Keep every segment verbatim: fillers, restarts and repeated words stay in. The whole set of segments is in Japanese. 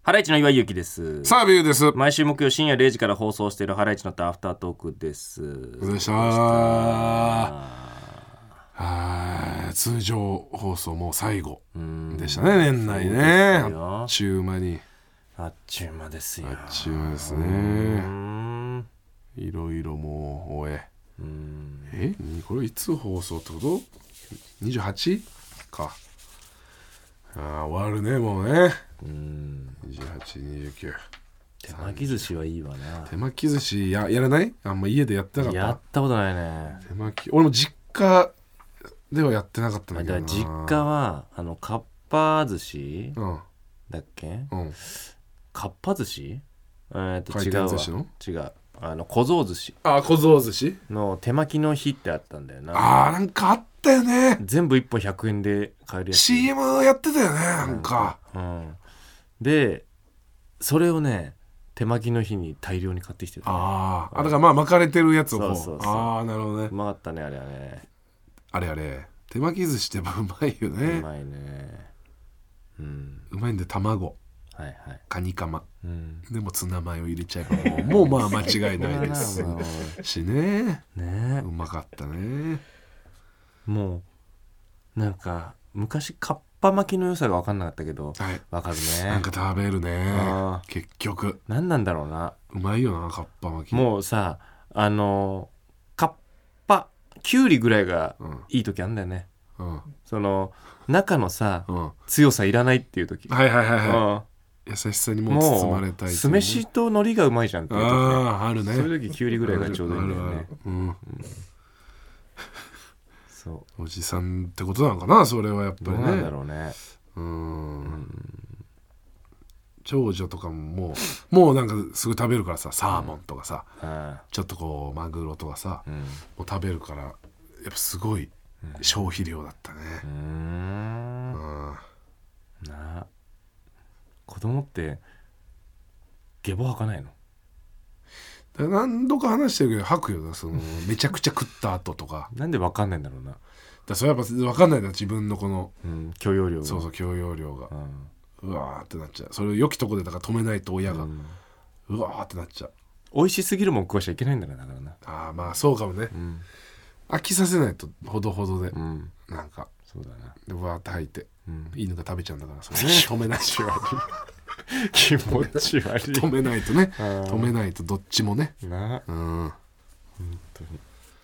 ハライチの岩井ゆきです。 サービューです。 毎週木曜深夜れいじから放送しているハライチのアフタートークです。 お疲れ様でした。は通常放送も最後でしたね、年内ね。あっちゅう間にあっちゅう間ですよ。 あっちゅう間ですね。いろいろもう終えうんえこれいつ放送ってこと ?にじゅうはち か。あ終わるねもうね。うんにじゅうはち、にじゅうきゅう手巻き寿司はいいわな。 手巻き寿司 や, やらないあんま家でやってなかった。 やったことないね。 手巻き俺も実家ではやってなかったんだけどな。 実家はあのかっぱ寿司、うん、だっけ、うん、かっぱ寿司えー、っと違うわ。違うあの小僧寿司。 あ小僧寿司の手巻きの日ってあったんだよな。 あーなんかあったよね。 全部いっぽんひゃくえんで買えるやつ。 シーエム やってたよねなんか、 うん、でそれをね手巻きの日に大量に買ってきてた、ね、 ああだからまあ巻かれてるやつをこう。 そうそうそう。 ああなるほどね。 うまかったねあれはね。 あれあれ手巻き寿司ってやっぱうまいよね。 うまいね。うんうまいんで卵はいはい、 カニカマ、うん、でもツナマヨ入れちゃえばもうもうまあ間違いないですしね。ねうまかったね。 もうなんか昔かっぱ巻きの良さが分かんなかったけど、はい、分かるね。 なんか食べるね結局。 何なんだろうな。 うまいよなかっぱ巻き。 もうさあのかっぱきゅうりぐらいがいい時あるんだよね、うん、その中のさ、うん、強さいらないっていう時。はいはいはいはい、うん優しさにもう包まれたい、ね、 酢飯と海苔がうまいじゃんっていう時、ね、 ああるね。 そういう時きゅうりぐらいがちょうどいいんだよね。うん、うん、 そうおじさんってことなのかなそれはやっぱりね。 どうなんだろうね。 うん、うん、長女とかももうもうなんかすぐ食べるからさサーモンとかさ、うん、ちょっとこうマグロとかさ、うん、もう食べるからやっぱすごい消費量だったね。うん、 うんなあ子供ってゲボ吐かないの？ 何度か話してるけど吐くよなそのめちゃくちゃ食った後とか。 なんで分かんないんだろうな。 だそれやっぱ分かんないな自分のこの、 うん、許容量が。 そうそう許容量が、うん、うわーってなっちゃう。それを良きとこでだから止めないと親が、うん、うわーってなっちゃう。 美味しすぎるもん食わしちゃいけないんだからだからな。 ああまあそうかもね、うん、飽きさせないとほどほどで、うん、なんかそうだな。 でうわーって吐いて、うん、犬が食べちゃうんだからそれね止めないと気持ち悪い止めないとね止めないとどっちもねな、うん、本当に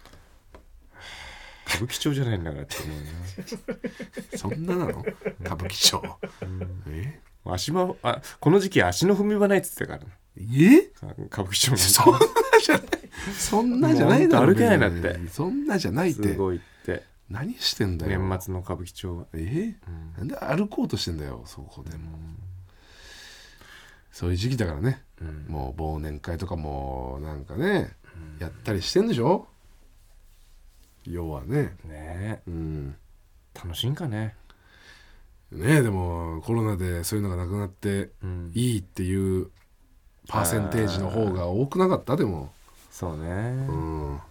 歌舞伎町じゃないんだからって思うねそんななの歌舞伎町、うん、 え足もあこの時期足の踏み場ないっつってたからえ歌舞伎町そんなじゃないそんなじゃないだろ歩けないなってそんなじゃないってすごいって何してんだよ年末の歌舞伎町は。 えーうん、なんで歩こうとしてんだよそこでも、うん、そういう時期だからね、うん、もう忘年会とかもなんかね、うん、やったりしてんでしょ要はね。 ねえ、うん、楽しいんかね。 ねえでもコロナでそういうのがなくなっていいっていうパーセンテージの方が多くなかった？でもそうね、うんうん、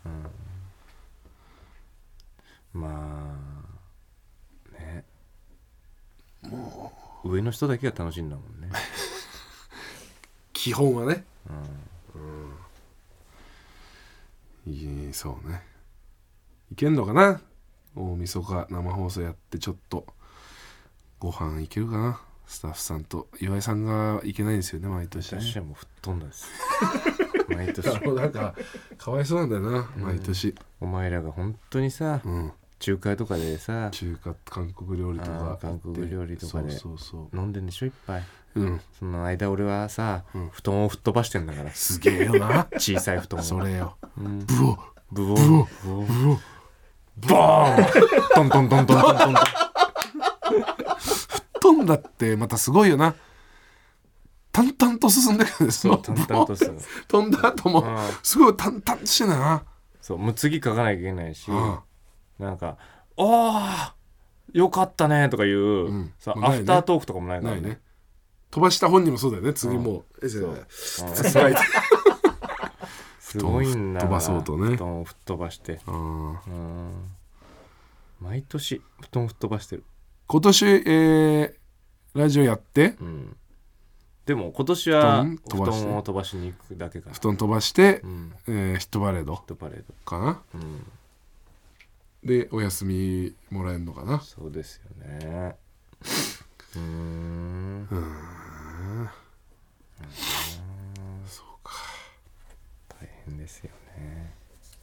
まあねもう上の人だけが楽しいんだもんね基本はね、うんうん、いいそうねいけんのかな大晦日生放送やってちょっとご飯いけるかなスタッフさんと。岩井さんがいけないんですよね毎年ね。 私はもう吹っ飛んだです毎年なんかかわいそうなんだよな、うん、毎年お前らが本当にさ、うん、中華とかでさ中華韓国料理とか韓国料理とかでそうそうそう飲んでんでしょいっぱい、 うん、 その間俺はさ、うん、布団を吹っ飛ばしてんだからすげえよな小さい布団をそれよ、うん、ブオブオブオブオボーントントントントントントン飛んだってまたすごいよな。淡々と進んでくるんですよ。 淡々と進む飛んだ後もすごい淡々としてんだな。 そうもう次書かなきゃいけないし、うん、なんかあーよかったねとかいう、うん、さアフタートークとかもないからね, ないね飛ばした本人もそうだよね。次もう、うん、そうすごいんだ飛ばそうとね布団を吹っ飛ばして、うん、毎年布団吹っ飛ばしてる。 今年、えー、ラジオやって、うん、 でも今年は布布団飛ばして団を飛ばしに行くだけかな。 布団飛ばして、 うんえーヒットパレードヒットパレードかな、 うん、 でお休みもらえるのかな。 そうですよね。うーんうーんそうか。 大変ですよね。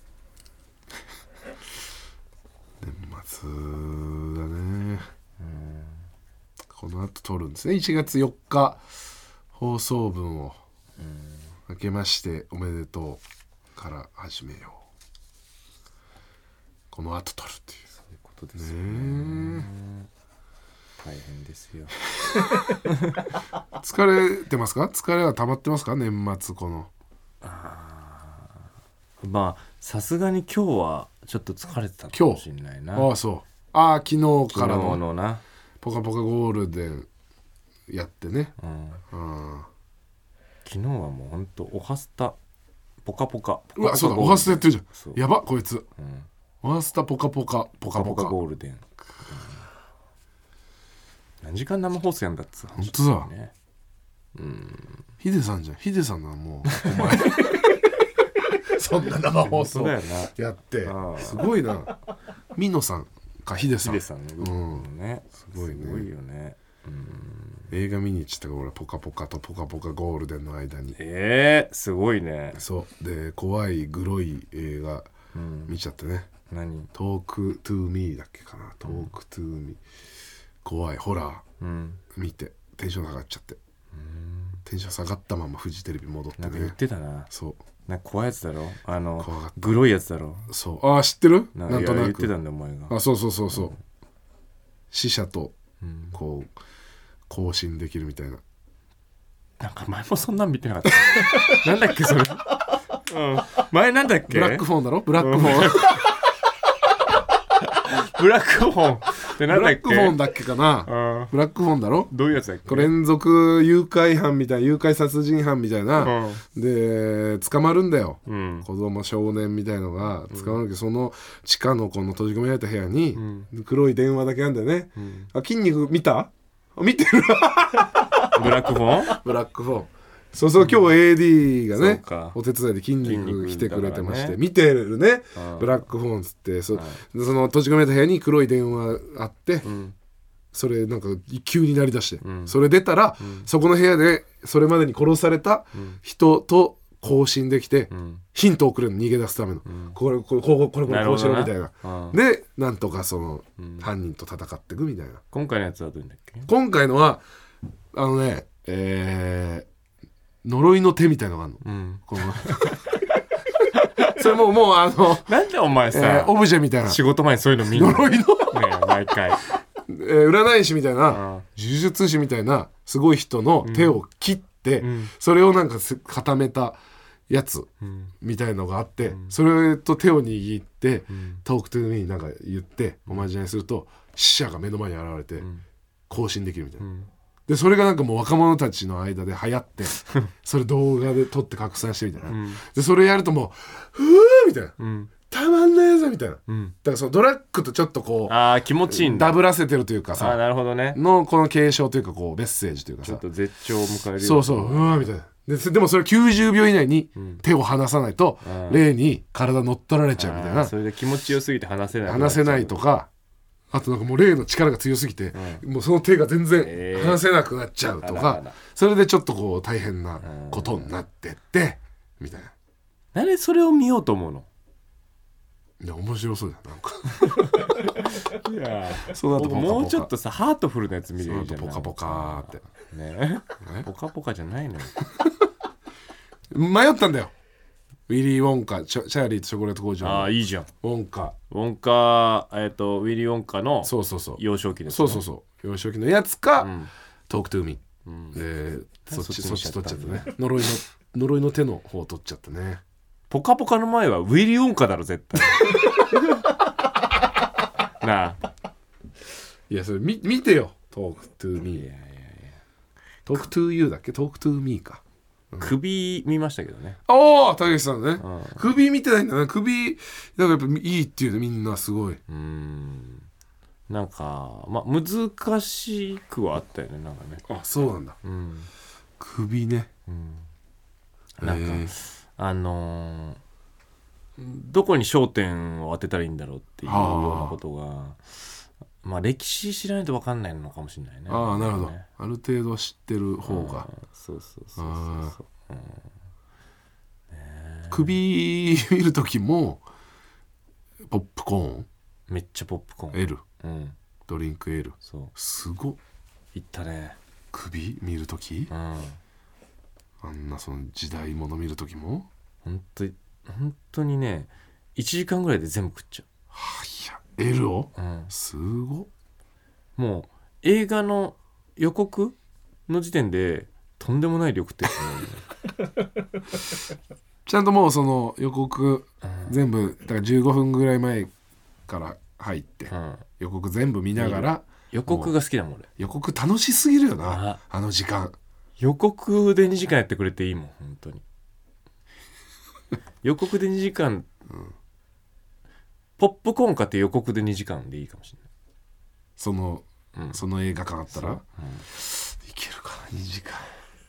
年末だね。 うんこの後撮るんですね。いちがつよっか放送分を明けましておめでとうから始めよう。この後撮るっていう。 そういうことですよね。 ね大変ですよ。 疲れてますか？疲れは溜まってますか？年末この。 あまあさすがに今日はちょっと疲れてたかもしれないな。 ああそう。ああ昨日から昨日ののなポカポカゴールデンやってね。 うん、 うん、 昨日はもうほんとおはスタポカポカうわそうだおはスタやってるじゃん。やばこいつ、 うん、 おはスタポカポカポカポカポカポカゴールデン、うん、何時間生放送やんだっつう話、ね、本当だ、 うん、 ヒデさんじゃん。ヒデさんなもうお前そんな生放送やってすごいな。ミノさんかヒデさん、 ヒデさんね、うんね、 すごいね。 すごいよね、うん、 映画見に行っちゃったから俺ポカポカとポカポカゴールデンの間に。 えー、すごいね。 そうで怖いグロい映画見ちゃってね、 うん、何トークトゥーミーだっけかな、トークトゥーミー、怖いホラー、うん、見てテンション上がっちゃって、うん、テンション下がったままフジテレビ戻ってね。 なんか言ってたな。 そうなんか怖いやつだろ、あのグロいやつだろ。 そうああ知ってる。 な, なんとなく言ってたんだお前が。 あそうそうそうそう、うん、死者とこう交信できるみたいな。 なんか前もそんなん見てなかったなんだっけそれ、うん、前なんだっけ。 ブラックフォーンだろ。ブラックフォーン、うん、 ブラックフォーンってなんだっけ。 ブラックフォーンだっけかな。ブラックフォーンだろ。 どういうやつだっけ。 これ連続誘拐犯みたいな、誘拐殺人犯みたいな、うん、で捕まるんだよ、うん、子供少年みたいのが捕まるけど、うん、その地下のこの閉じ込められた部屋に、うん、黒い電話だけあるんだよね、うん、あ筋肉見た見てるブラックフォーンブラックフォーンそうそう、今日 エーディー がね、お手伝いで筋肉来てくれてまして、ね、見てるね、ブラックフォーンつって、そ, その閉じ込めた部屋に黒い電話あって、うん、それなんか急に鳴り出して、うん、それ出たら、うん、そこの部屋でそれまでに殺された人と交信できて、うん、ヒントをくれるの、逃げ出すための、うん、これこれこれこれこれこうしろみたいな、なでなんとかその、うん、犯人と戦っていくみたいな。 今回のやつはどういうんだっけ。 今回のはあのねえー呪いの手みたいなのがあるの、うん、このそれももうあのなんでお前さ、 えー、オブジェみたいな仕事前にそういうの見るの呪いの、ね、 毎回、 えー、占い師みたいな、うん、呪術師みたいなすごい人の手を切って、うん、それをなんか固めたやつ、うん、みたいのがあって、うん、それと手を握って、うん、トークトゥーミーなんか言っておまじないすると死者が目の前に現れて、うん、更新できるみたいな、うんでそれがなんかもう若者たちの間で流行ってそれ動画で撮って拡散してみたいな、うん、でそれやるともうふーみたいな、うん、たまんないぞみたいな、うん、だからそのドラッグとちょっとこうあ気持ちいいんだダブらせてるというかさあなるほどねのこの継承というかこうメッセージというかさちょっと絶頂を迎えるそうそううわみたいな で, でもそれきゅうじゅうびょう以内に手を離さないと、うん、霊に体乗っ取られちゃうみたいなそれで気持ちよすぎて離せない離せないとかあとなんかもう霊の力が強すぎて、うん、もうその手が全然離せなくなっちゃうとか、えー、それでちょっとこう大変なことになってってみたいな。 なんでそれを見ようと思うの。 いや面白そうだよなんかいやそうだとポカポカもうちょっとさハートフルなやつ見れるじゃん。 ポカポカってねポカポカじゃないのよ迷ったんだよウィリー・ウォンカ、チャーリーとチョコレート工場のああいいじゃんウォンカウォンカ、えー、とウィリー・ウォンカのそうそうそう幼少期です、 ね、そうそうそう幼少期のやつか、うん、トークトゥーミー、うん、でそっちそっち取っちゃったね呪いの呪いの手の方取っちゃったね。 ポカポカの前はウィリー・ウォンカだろ絶対なあいやそれ 見, 見てよトークトゥーミー。いやいやいやトークトゥーユーだっけトークトゥーミーか。 首見ましたけどね。 ああたけしさんね、うん、首見てないんだね。首だからやっぱいいっていうねみんなすごい。うーんなんかまあ難しくはあったよねなんかね。 あそうなんだ、 うん、 首ね、 うん、なんか、えー、あのー、どこに焦点を当てたらいいんだろうっていうようなことがまあ歴史知らないと分かんないのかもしれないね。 ああなるほど、ね、ある程度知ってる方が、 そうそうそうそうそう、うんね、首見るときもポップコーンめっちゃポップコーン L、 うん、 ドリンク L そうすごっいったね首見るとき、うん、あんなその時代物見るときも本当に本当にねいちじかんぐらいで全部食っちゃう。 はあ、いや L を、うん、すごっ。 もう映画の予告の時点でとんでもない量食ってる、ね、 ちゃんともうその予告、うん、全部だからじゅうごふんぐらい前から入って、うん、予告全部見ながら予告が好きだもん俺。 予告楽しすぎるよな あ, あの時間。 予告でにじかんやってくれていいもん本当に予告でにじかん、うん、ポップコーン買って予告でにじかんでいいかもしれない。 その、うん、その映画館あったら、うん、いけるかにじかん、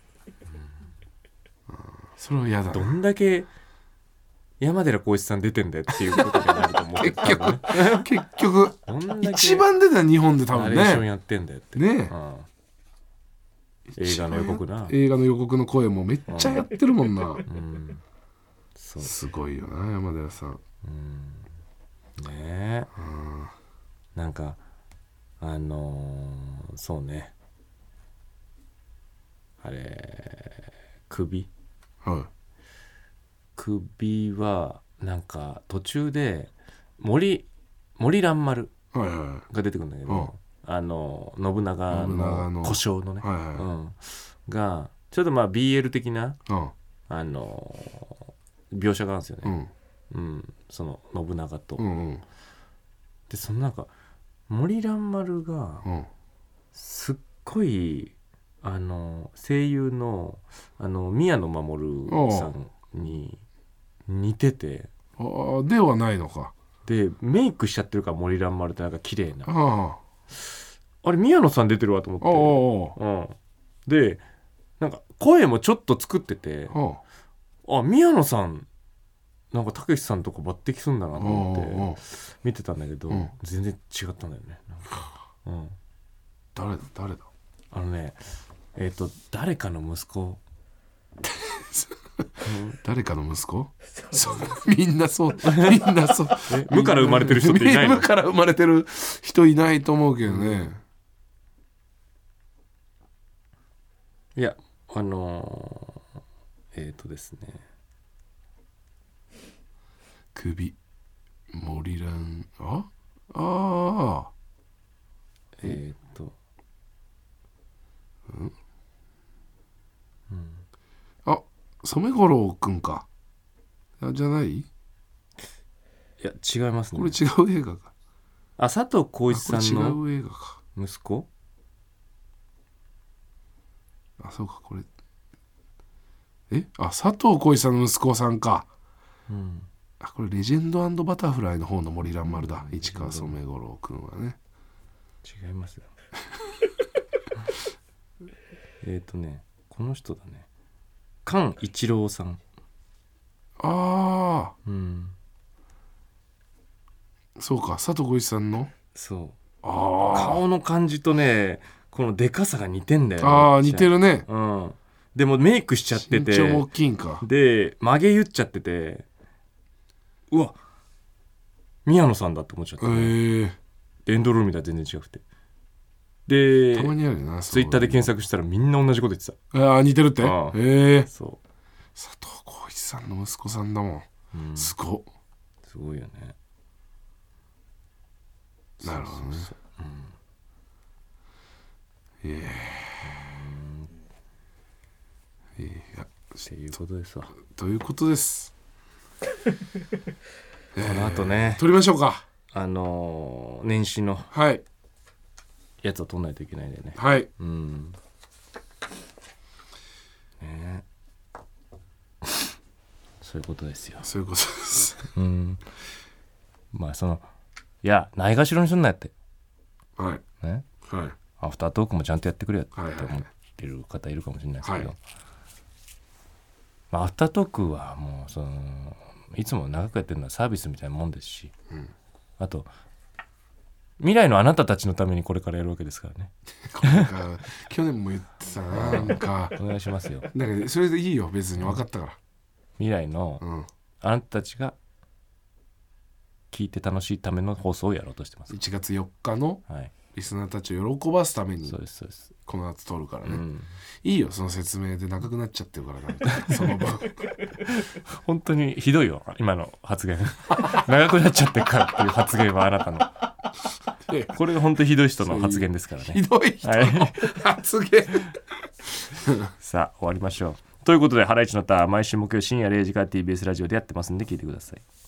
うんうん、それは嫌だな。 どんだけ山寺宏一さん出てんだよっていうことになると思う結局、ね、結局一番出た日本で多分ねナレーションやってんだよってね、 うん、映画の予告な映画の予告の声もめっちゃやってるもんな、うんうんそうすごいよな山寺さん、 うん、ねえ、うん、なんかあのー、そうねあれ首、はい、首はなんか途中で森森蘭丸が出てくるんだけど、はいはい、あの信長の小姓のね、はいはいうん、がちょっとまあ ビーエル 的な、うん、あのー描写があるんですよね、うんうん、その信長と、うんうん、でそのなんか森蘭丸がすっごいあの声優のあの宮野真守さんに似てて、 あではないのか。 でメイクしちゃってるから森蘭丸ってなんか綺麗な あ, あれ宮野さん出てるわと思って、うん、でなんか声もちょっと作ってて、あ宮野さんなんかたけしさんとか抜擢すんだなと思って見てたんだけど、うん、全然違ったんだよねなんか、うん、 誰だ誰だあのねえっ、ー、と誰かの息子誰かの息子そうみんなそうみんなそう無から生まれてる人っていないの？ 無から生まれてる人いないと思うけどね、うん、 いやあのー、えっ、ー、とですね首森蘭ああえっ、ー、とうん、うん、あ染五郎くんかあじゃないいや違いますね。 これ違う映画か。 あ佐藤浩市さんの違う映画か息子あそうかこれえあ佐藤浩市さんの息子さんか、うんあこれレジェンド&バタフライの方の森蘭丸だ、うん、市川染五郎くんはね違いますよえっとねこの人だね菅一郎さん。 ああうんそうか佐藤浩市さんのそうあ顔の感じとねこのでかさが似てんだよね。 ああ似てるね、 うん、でもメイクしちゃってて身長も大きいんかで曲げ言っちゃっててうわ宮野さんだって思っちゃった、ね、えー、エンドロール見たら全然違くてでたまにあるなツイッターで検索したらみんな同じこと言ってた。 ああ似てるって。ああええー、 そう佐藤浩市さんの息子さんだもん、うん、すごっすごいよね。 なるほどね。そうそうそう、うん、いやいやっていうことですわ。 ということですこの後ね、 えー、撮りましょうか。 あのー、年始のはいやつを撮んないといけないんでね。 はい、 うんね、そういうことですよ。 そういうことです、 うん、まあそのいやないがしろにすんなやってはいね、 はい、 アフタートークもちゃんとやってくれよって思っててる方いるかもしれないですけど、 はい、 まあ、アフタートークはもうそのいつも長くやってるのはサービスみたいなもんですし、うん、あと未来のあなたたちのためにこれからやるわけですからねなんか去年も言ってたな、なんかお願いしますよ。 だからそれでいいよ、別に分かったから、 未来のあなたたちが聞いて楽しいための放送をやろうとしてます。 いちがつよっかのリスナーたちを喜ばすために、 そうですそうです、 この後撮るからね、 うん、 いいよ、その説明で長くなっちゃってるからなんかその分本当にひどいよ今の発言長くなっちゃってるからっていう発言はあなたのこれが本当にひどい人の発言ですからね。 ひどい人の発言、はい、 さあ終わりましょうということで、ハライチのターン毎週木曜深夜れいじから ティービーエス ラジオでやってますんで聞いてください。